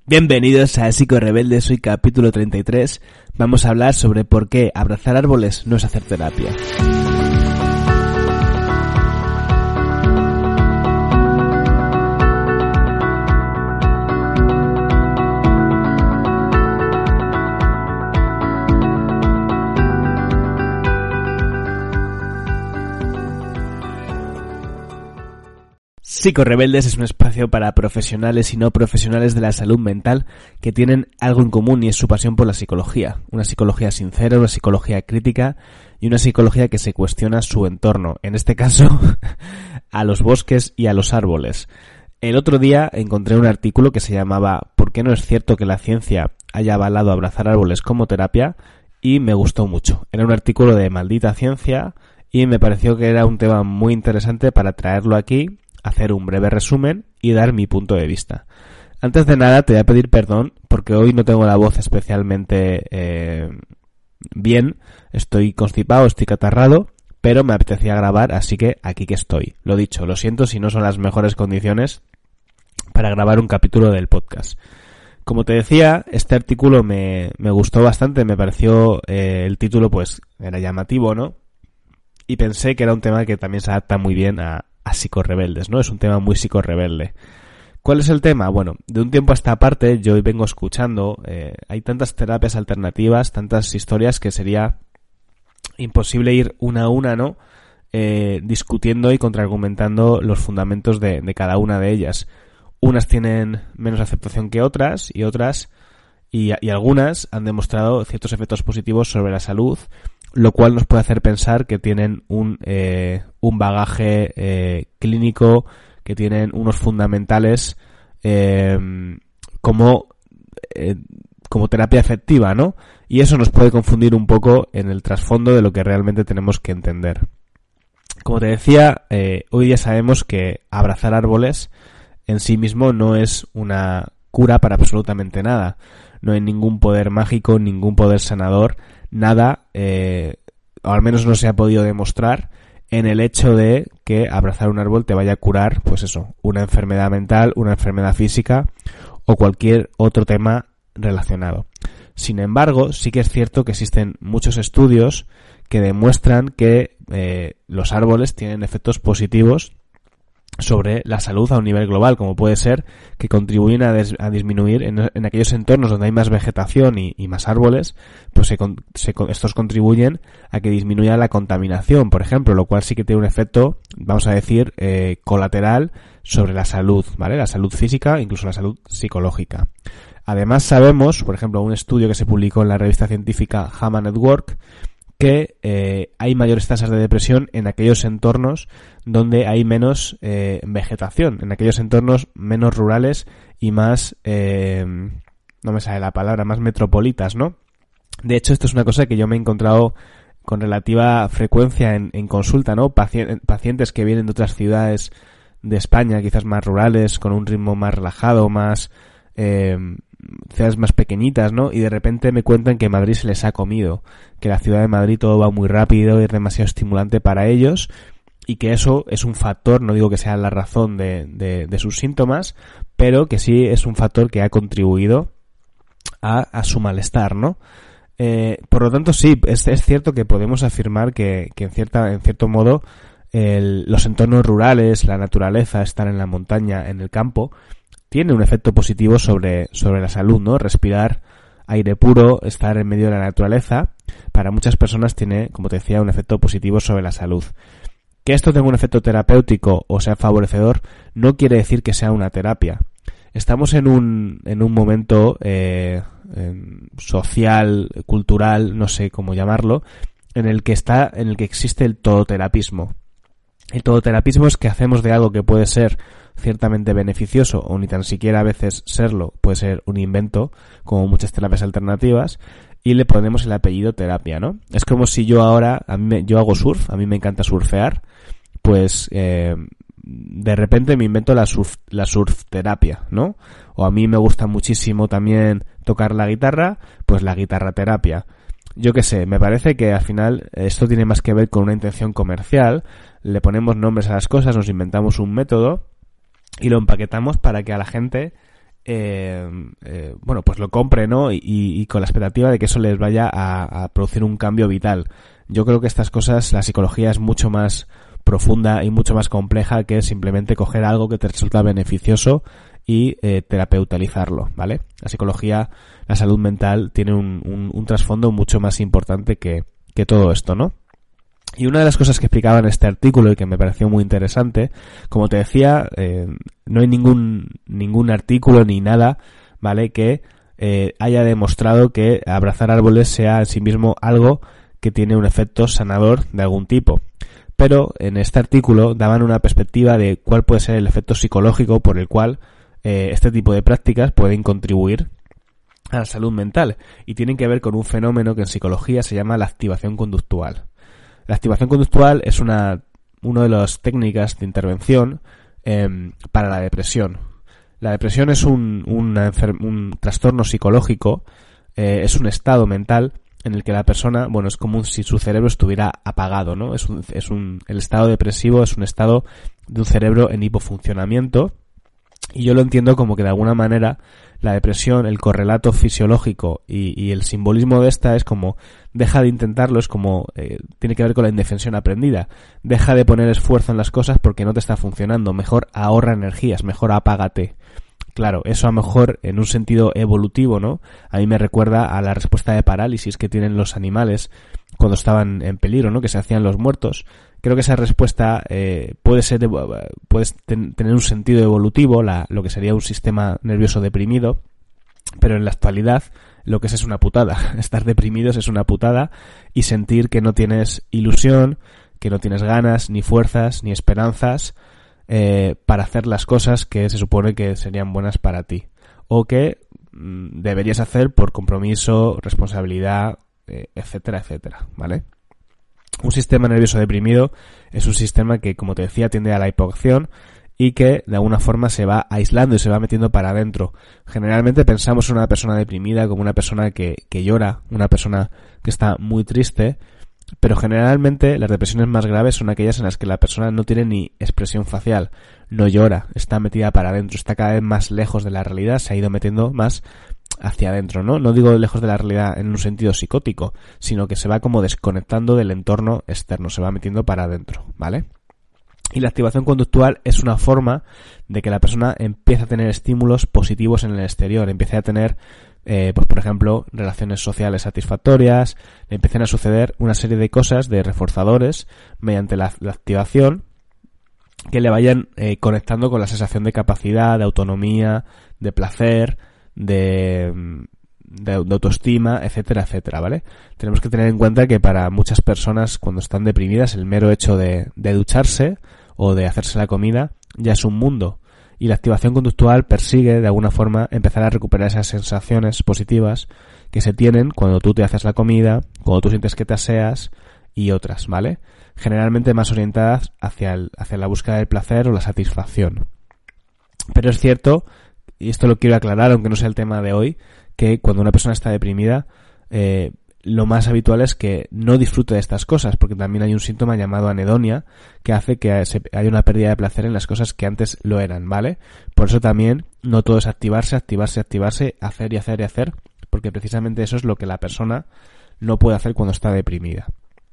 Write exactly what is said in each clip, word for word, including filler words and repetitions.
Bienvenidos a Psicorebeldes, hoy capítulo treinta y tres. Vamos a hablar sobre por qué abrazar árboles no es hacer terapia. Psicorebeldes es un espacio para profesionales y no profesionales de la salud mental que tienen algo en común y es su pasión por la psicología. Una psicología sincera, una psicología crítica y una psicología que se cuestiona su entorno, en este caso a los bosques y a los árboles. El otro día encontré un artículo que se llamaba ¿Por qué no es cierto que la ciencia haya avalado abrazar árboles como terapia? Y me gustó mucho. Era un artículo de Maldita Ciencia y me pareció que era un tema muy interesante para traerlo aquí, hacer un breve resumen y dar mi punto de vista. Antes de nada te voy a pedir perdón porque hoy no tengo la voz especialmente eh, bien, estoy constipado, estoy catarrado, pero me apetecía grabar, así que aquí que estoy. Lo dicho, lo siento si no son las mejores condiciones para grabar un capítulo del podcast. Como te decía, este artículo me, me gustó bastante, me pareció eh, el título pues era llamativo, ¿no? Y pensé que era un tema que también se adapta muy bien a a psicorebeldes, ¿no? Es un tema muy psicorebelde. ¿Cuál es el tema? Bueno, de un tiempo a esta parte yo vengo escuchando, eh, hay tantas terapias alternativas, tantas historias que sería imposible ir una a una, ¿no? Eh, discutiendo y contraargumentando los fundamentos de, de cada una de ellas. Unas tienen menos aceptación que otras y otras, y, y algunas han demostrado ciertos efectos positivos sobre la salud, lo cual nos puede hacer pensar que tienen un eh, un bagaje eh, clínico, que tienen unos fundamentales eh, como eh, como terapia efectiva, ¿no? Y eso nos puede confundir un poco en el trasfondo de lo que realmente tenemos que entender. Como te decía, eh, hoy ya sabemos que abrazar árboles en sí mismo no es una cura para absolutamente nada. No hay ningún poder mágico, ningún poder sanador, nada, eh, o al menos no se ha podido demostrar en el hecho de que abrazar un árbol te vaya a curar, pues eso, una enfermedad mental, una enfermedad física o cualquier otro tema relacionado. Sin embargo, sí que es cierto que existen muchos estudios que demuestran que eh, los árboles tienen efectos positivos sobre la salud a un nivel global, como puede ser que contribuyen a, des, a disminuir en, en aquellos entornos donde hay más vegetación y, y más árboles, pues se, se, estos contribuyen a que disminuya la contaminación, por ejemplo, lo cual sí que tiene un efecto, vamos a decir, eh, colateral sobre la salud, ¿vale? La salud física, incluso la salud psicológica. Además sabemos, por ejemplo, un estudio que se publicó en la revista científica JAMA Network, que eh, hay mayores tasas de depresión en aquellos entornos donde hay menos eh, vegetación, en aquellos entornos menos rurales y más, eh, no me sale la palabra, más metropolitas, ¿no? De hecho, esto es una cosa que yo me he encontrado con relativa frecuencia en, en consulta, ¿no? Paci- pacientes que vienen de otras ciudades de España, quizás más rurales, con un ritmo más relajado, más eh, ciudades más pequeñitas, ¿no? Y de repente me cuentan que Madrid se les ha comido, que la ciudad de Madrid todo va muy rápido y es demasiado estimulante para ellos y que eso es un factor, no digo que sea la razón de, de, de sus síntomas, pero que sí es un factor que ha contribuido a, a su malestar, ¿no? Eh, por lo tanto, sí, es, es cierto que podemos afirmar que, que en cierta, en cierto modo el, los entornos rurales, la naturaleza, estar en la montaña, en el campo, tiene un efecto positivo sobre, sobre la salud, ¿no? Respirar aire puro, estar en medio de la naturaleza, para muchas personas tiene, como te decía, un efecto positivo sobre la salud. Que esto tenga un efecto terapéutico o sea favorecedor no quiere decir que sea una terapia. Estamos en un, en un momento eh, social, cultural, no sé cómo llamarlo, en el que está, en el que existe el todoterapismo. El todoterapismo es que hacemos de algo que puede ser ciertamente beneficioso o ni tan siquiera a veces serlo, puede ser un invento, como muchas terapias alternativas, y le ponemos el apellido terapia, ¿no? Es como si yo ahora, a mí me, yo hago surf, a mí me encanta surfear, pues eh, de repente me invento la surf, la surf terapia, ¿no? O a mí me gusta muchísimo también tocar la guitarra, pues la guitarra terapia. Yo qué sé, me parece que al final esto tiene más que ver con una intención comercial, le ponemos nombres a las cosas, nos inventamos un método y lo empaquetamos para que a la gente eh, eh, bueno, pues lo compre, ¿no? Y, y con la expectativa de que eso les vaya a, a producir un cambio vital. Yo creo que estas cosas, la psicología es mucho más profunda y mucho más compleja que simplemente coger algo que te resulta beneficioso y eh, terapeutalizarlo, ¿vale? La psicología, la salud mental tiene un, un, un trasfondo mucho más importante que, que todo esto, ¿no? Y una de las cosas que explicaba en este artículo y que me pareció muy interesante, como te decía, eh, no hay ningún ningún artículo ni nada, ¿vale?, que eh, haya demostrado que abrazar árboles sea en sí mismo algo que tiene un efecto sanador de algún tipo. Pero en este artículo daban una perspectiva de cuál puede ser el efecto psicológico por el cual eh, este tipo de prácticas pueden contribuir a la salud mental, y tienen que ver con un fenómeno que en psicología se llama la activación conductual. La activación conductual es una, una de las técnicas de intervención eh, para la depresión. La depresión es un, una enfer- un trastorno psicológico, eh, es un estado mental en el que la persona, bueno, es como si su cerebro estuviera apagado, ¿no? Es un, es un, el estado depresivo es un estado de un cerebro en hipofuncionamiento, y yo lo entiendo como que de alguna manera la depresión, el correlato fisiológico y, y el simbolismo de esta es como deja de intentarlo, es como eh, tiene que ver con la indefensión aprendida. Deja de poner esfuerzo en las cosas porque no te está funcionando. Mejor ahorra energías, mejor apágate. Claro, eso a lo mejor en un sentido evolutivo, ¿no? A mí me recuerda a la respuesta de parálisis que tienen los animales cuando estaban en peligro, ¿no? Que se hacían los muertos. Creo que esa respuesta eh, puede ser puede ten, tener un sentido evolutivo, la, lo que sería un sistema nervioso deprimido, pero en la actualidad lo que es es una putada. Estar deprimidos es una putada, y sentir que no tienes ilusión, que no tienes ganas, ni fuerzas, ni esperanzas eh, para hacer las cosas que se supone que serían buenas para ti, o que mm, deberías hacer por compromiso, responsabilidad, eh, etcétera, etcétera, ¿vale? Un sistema nervioso deprimido es un sistema que, como te decía, tiende a la hipoacción y que de alguna forma se va aislando y se va metiendo para adentro. Generalmente pensamos en una persona deprimida como una persona que, que llora, una persona que está muy triste, pero generalmente las depresiones más graves son aquellas en las que la persona no tiene ni expresión facial, no llora, está metida para adentro, está cada vez más lejos de la realidad, se ha ido metiendo más hacia adentro, ¿no? No digo lejos de la realidad en un sentido psicótico, sino que se va como desconectando del entorno externo, se va metiendo para adentro, ¿vale? Y la activación conductual es una forma de que la persona empiece a tener estímulos positivos en el exterior, empiece a tener, eh, pues por ejemplo, relaciones sociales satisfactorias, le empiecen a suceder una serie de cosas, de reforzadores, mediante la, la activación, que le vayan eh, conectando con la sensación de capacidad, de autonomía, de placer, de, de, de autoestima, etcétera, etcétera, ¿vale? Tenemos que tener en cuenta que para muchas personas cuando están deprimidas el mero hecho de, de ducharse o de hacerse la comida ya es un mundo, y la activación conductual persigue de alguna forma empezar a recuperar esas sensaciones positivas que se tienen cuando tú te haces la comida, cuando tú sientes que te aseas y otras, ¿vale? Generalmente más orientadas hacia, el, hacia la búsqueda del placer o la satisfacción. Pero es cierto, y esto lo quiero aclarar aunque no sea el tema de hoy, que cuando una persona está deprimida eh, lo más habitual es que no disfrute de estas cosas, porque también hay un síntoma llamado anedonia que hace que haya una pérdida de placer en las cosas que antes lo eran, ¿vale? Por eso también no todo es activarse, activarse, activarse, hacer y hacer y hacer, porque precisamente eso es lo que la persona no puede hacer cuando está deprimida.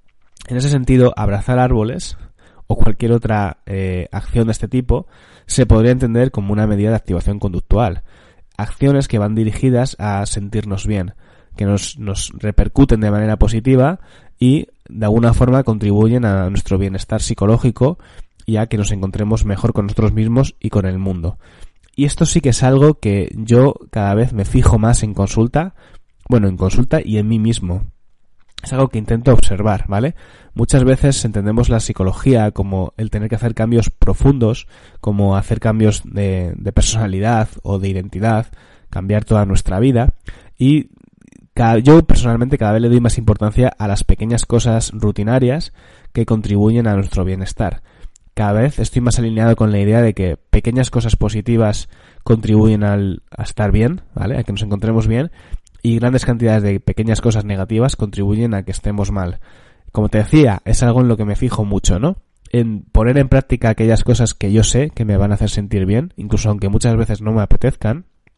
En ese sentido, abrazar árboles o cualquier otra eh, acción de este tipo se podría entender como una medida de activación conductual. Acciones que van dirigidas a sentirnos bien, que nos, nos repercuten de manera positiva y de alguna forma contribuyen a nuestro bienestar psicológico y a que nos encontremos mejor con nosotros mismos y con el mundo. Y esto sí que es algo que yo cada vez me fijo más en consulta, bueno, en consulta y en mí mismo. Es algo que intento observar, ¿vale? Muchas veces entendemos la psicología como el tener que hacer cambios profundos, como hacer cambios de, de personalidad o de identidad, cambiar toda nuestra vida, y cada, yo personalmente cada vez le doy más importancia a las pequeñas cosas rutinarias que contribuyen a nuestro bienestar. Cada vez estoy más alineado con la idea de que pequeñas cosas positivas contribuyen al, a estar bien, ¿vale? A que nos encontremos bien, y grandes cantidades de pequeñas cosas negativas contribuyen a que estemos mal. Como te decía, es algo en lo que me fijo mucho, ¿no? En poner en práctica aquellas cosas que yo sé que me van a hacer sentir bien, incluso aunque muchas veces no me apetezcan,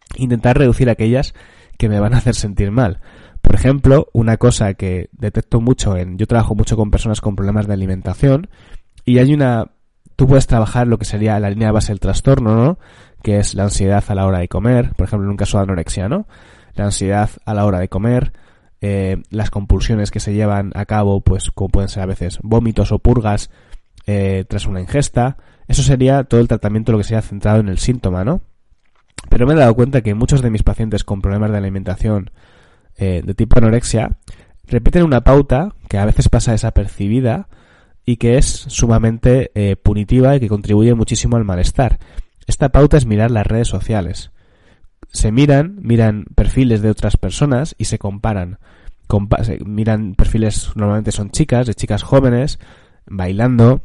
Intentar reducir aquellas que me van a hacer sentir mal. Por ejemplo, una cosa que detecto mucho en... Yo trabajo mucho con personas con problemas de alimentación y hay una... Tú puedes trabajar lo que sería la línea base del trastorno, ¿no? Que es la ansiedad a la hora de comer, por ejemplo, en un caso de anorexia, ¿no? La ansiedad a la hora de comer, eh, las compulsiones que se llevan a cabo, pues como pueden ser a veces vómitos o purgas eh, tras una ingesta. Eso sería todo el tratamiento, lo que sería centrado en el síntoma, ¿no? Pero me he dado cuenta que muchos de mis pacientes con problemas de alimentación eh, de tipo anorexia repiten una pauta que a veces pasa desapercibida y que es sumamente eh, punitiva y que contribuye muchísimo al malestar. Esta pauta es mirar las redes sociales. Se miran, miran perfiles de otras personas y se comparan. Compa- se miran perfiles, normalmente son chicas, de chicas jóvenes, bailando,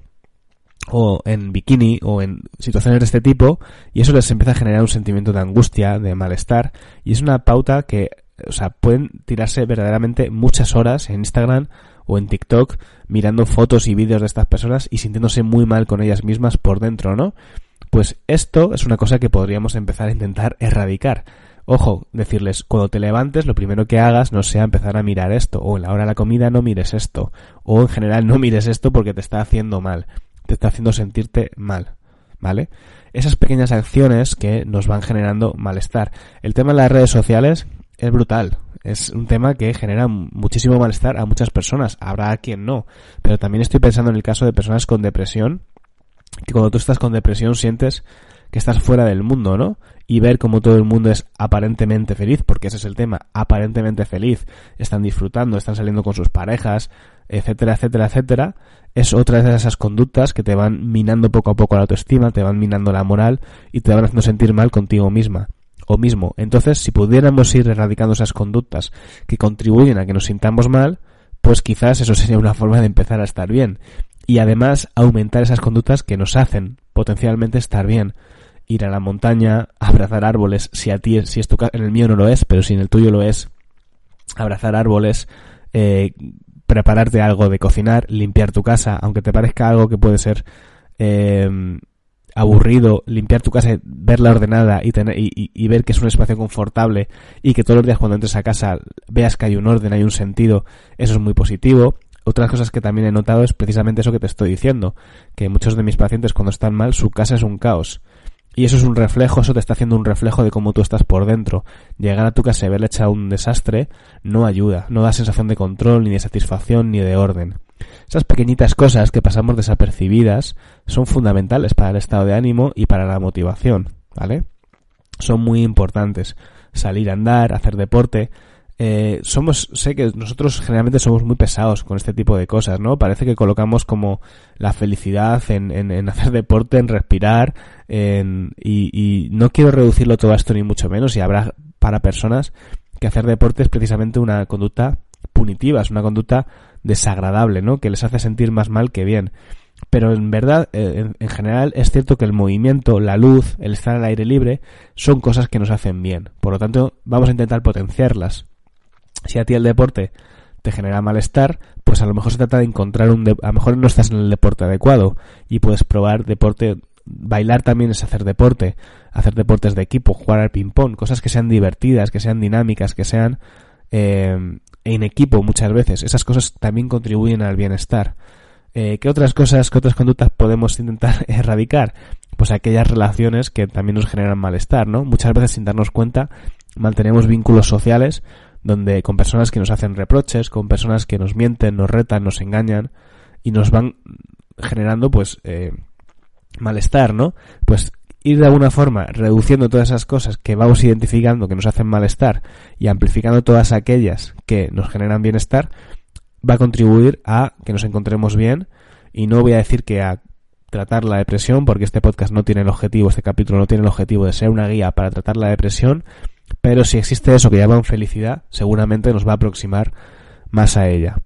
o en bikini, o en situaciones de este tipo, y eso les empieza a generar un sentimiento de angustia, de malestar, y es una pauta que, o sea, pueden tirarse verdaderamente muchas horas en Instagram o en TikTok mirando fotos y vídeos de estas personas y sintiéndose muy mal con ellas mismas por dentro, ¿no? Pues esto es una cosa que podríamos empezar a intentar erradicar. Ojo, decirles, cuando te levantes, lo primero que hagas no sea empezar a mirar esto, o en la hora de la comida no mires esto, o en general no mires esto porque te está haciendo mal, te está haciendo sentirte mal, ¿vale? Esas pequeñas acciones que nos van generando malestar. El tema de las redes sociales es brutal. Es un tema que genera muchísimo malestar a muchas personas. Habrá quien no. Pero también estoy pensando en el caso de personas con depresión, que cuando tú estás con depresión sientes que estás fuera del mundo, ¿no? Y ver cómo todo el mundo es aparentemente feliz, porque ese es el tema, aparentemente feliz. Están disfrutando, están saliendo con sus parejas, etcétera, etcétera, etcétera. Es otra de esas conductas que te van minando poco a poco la autoestima, te van minando la moral y te van haciendo sentir mal contigo misma o mismo. Entonces, si pudiéramos ir erradicando esas conductas que contribuyen a que nos sintamos mal, pues quizás eso sería una forma de empezar a estar bien. Y además aumentar esas conductas que nos hacen potencialmente estar bien. Ir a la montaña, abrazar árboles, si a ti, si es tu caso, en el mío no lo es, pero si en el tuyo lo es, abrazar árboles, eh, prepararte algo de cocinar, limpiar tu casa, aunque te parezca algo que puede ser eh, aburrido, limpiar tu casa, verla ordenada y, tener, y, y, y ver que es un espacio confortable y que todos los días cuando entres a casa veas que hay un orden, hay un sentido, eso es muy positivo. Otras cosas que también he notado es precisamente eso que te estoy diciendo, que muchos de mis pacientes cuando están mal su casa es un caos. Y eso es un reflejo, eso te está haciendo un reflejo de cómo tú estás por dentro. Llegar a tu casa y verla hecha un desastre no ayuda, no da sensación de control, ni de satisfacción, ni de orden. Esas pequeñitas cosas que pasamos desapercibidas son fundamentales para el estado de ánimo y para la motivación, ¿vale? Son muy importantes. Salir a andar, hacer deporte. Eh, somos, sé que nosotros generalmente somos muy pesados con este tipo de cosas, ¿no? Parece que colocamos como la felicidad en, en, en hacer deporte, en respirar, en, y, y no quiero reducirlo todo a esto ni mucho menos, y habrá para personas que hacer deporte es precisamente una conducta punitiva, es una conducta desagradable, ¿no? Que les hace sentir más mal que bien. Pero en verdad, eh, en, en general, es cierto que el movimiento, la luz, el estar al aire libre, son cosas que nos hacen bien. Por lo tanto, vamos a intentar potenciarlas. Si a ti el deporte te genera malestar, pues a lo mejor se trata de encontrar un... De- a lo mejor no estás en el deporte adecuado y puedes probar deporte... Bailar también es hacer deporte, hacer deportes de equipo, jugar al ping-pong, cosas que sean divertidas, que sean dinámicas, que sean eh, en equipo muchas veces. Esas cosas también contribuyen al bienestar. Eh, ¿Qué otras cosas, qué otras conductas podemos intentar erradicar? Pues aquellas relaciones que también nos generan malestar, ¿no? Muchas veces sin darnos cuenta mantenemos vínculos sociales donde con personas que nos hacen reproches, con personas que nos mienten, nos retan, nos engañan y nos van generando pues eh, malestar, ¿no? Pues ir de alguna forma reduciendo todas esas cosas que vamos identificando que nos hacen malestar y amplificando todas aquellas que nos generan bienestar va a contribuir a que nos encontremos bien. Y no voy a decir que a tratar la depresión, porque este podcast no tiene el objetivo, este capítulo no tiene el objetivo de ser una guía para tratar la depresión, pero si existe eso que llaman felicidad, seguramente nos va a aproximar más a ella.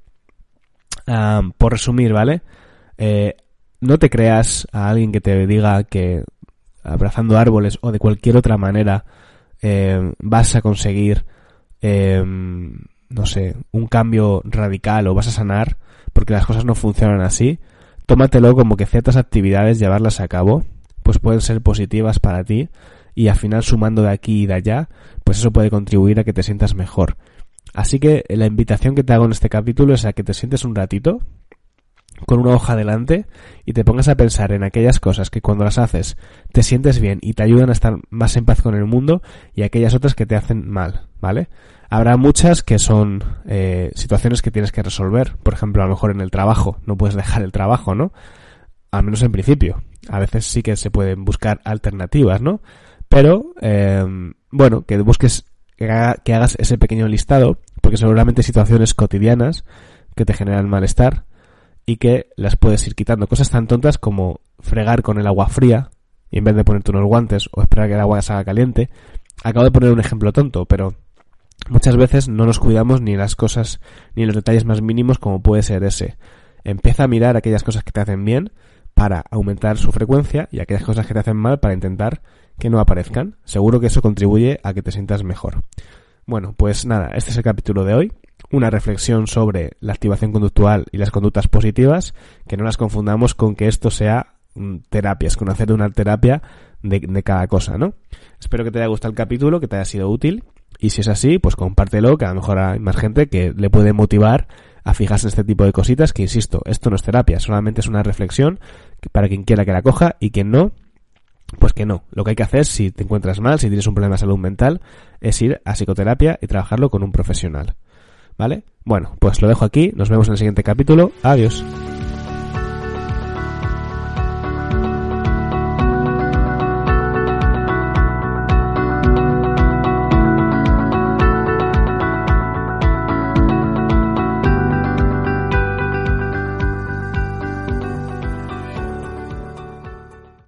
Um, por resumir, ¿vale? Eh, no te creas a alguien que te diga que abrazando árboles o de cualquier otra manera eh, vas a conseguir, eh, no sé, un cambio radical o vas a sanar, porque las cosas no funcionan así. Tómatelo como que ciertas actividades, llevarlas a cabo, pues pueden ser positivas para ti y al final sumando de aquí y de allá, pues eso puede contribuir a que te sientas mejor. Así que la invitación que te hago en este capítulo es a que te sientes un ratito con una hoja delante y te pongas a pensar en aquellas cosas que cuando las haces te sientes bien y te ayudan a estar más en paz con el mundo, y aquellas otras que te hacen mal, ¿vale? Habrá muchas que son eh, situaciones que tienes que resolver. Por ejemplo, a lo mejor en el trabajo no puedes dejar el trabajo, ¿no? Al menos en principio. A veces sí que se pueden buscar alternativas, ¿no? Pero, eh, bueno, que busques, que, haga, que hagas ese pequeño listado, porque seguramente hay situaciones cotidianas que te generan malestar y que las puedes ir quitando. Cosas tan tontas como fregar con el agua fría y en vez de ponerte unos guantes o esperar que el agua se haga caliente. Acabo de poner un ejemplo tonto, pero muchas veces no nos cuidamos ni las cosas, ni los detalles más mínimos como puede ser ese. Empieza a mirar aquellas cosas que te hacen bien para aumentar su frecuencia y aquellas cosas que te hacen mal para intentar que no aparezcan. Seguro que eso contribuye a que te sientas mejor. Bueno, pues nada, este es el capítulo de hoy. Una reflexión sobre la activación conductual y las conductas positivas, que no las confundamos con que esto sea terapias, con hacer una terapia de, de cada cosa, ¿no? Espero que te haya gustado el capítulo, que te haya sido útil, y si es así, pues compártelo, que a lo mejor hay más gente que le puede motivar a fijarse en este tipo de cositas, que insisto, esto no es terapia, solamente es una reflexión para quien quiera que la coja, y quien no, pues que no. Lo que hay que hacer si te encuentras mal, si tienes un problema de salud mental, es ir a psicoterapia y trabajarlo con un profesional. ¿Vale? Bueno, pues lo dejo aquí, nos vemos en el siguiente capítulo, adiós.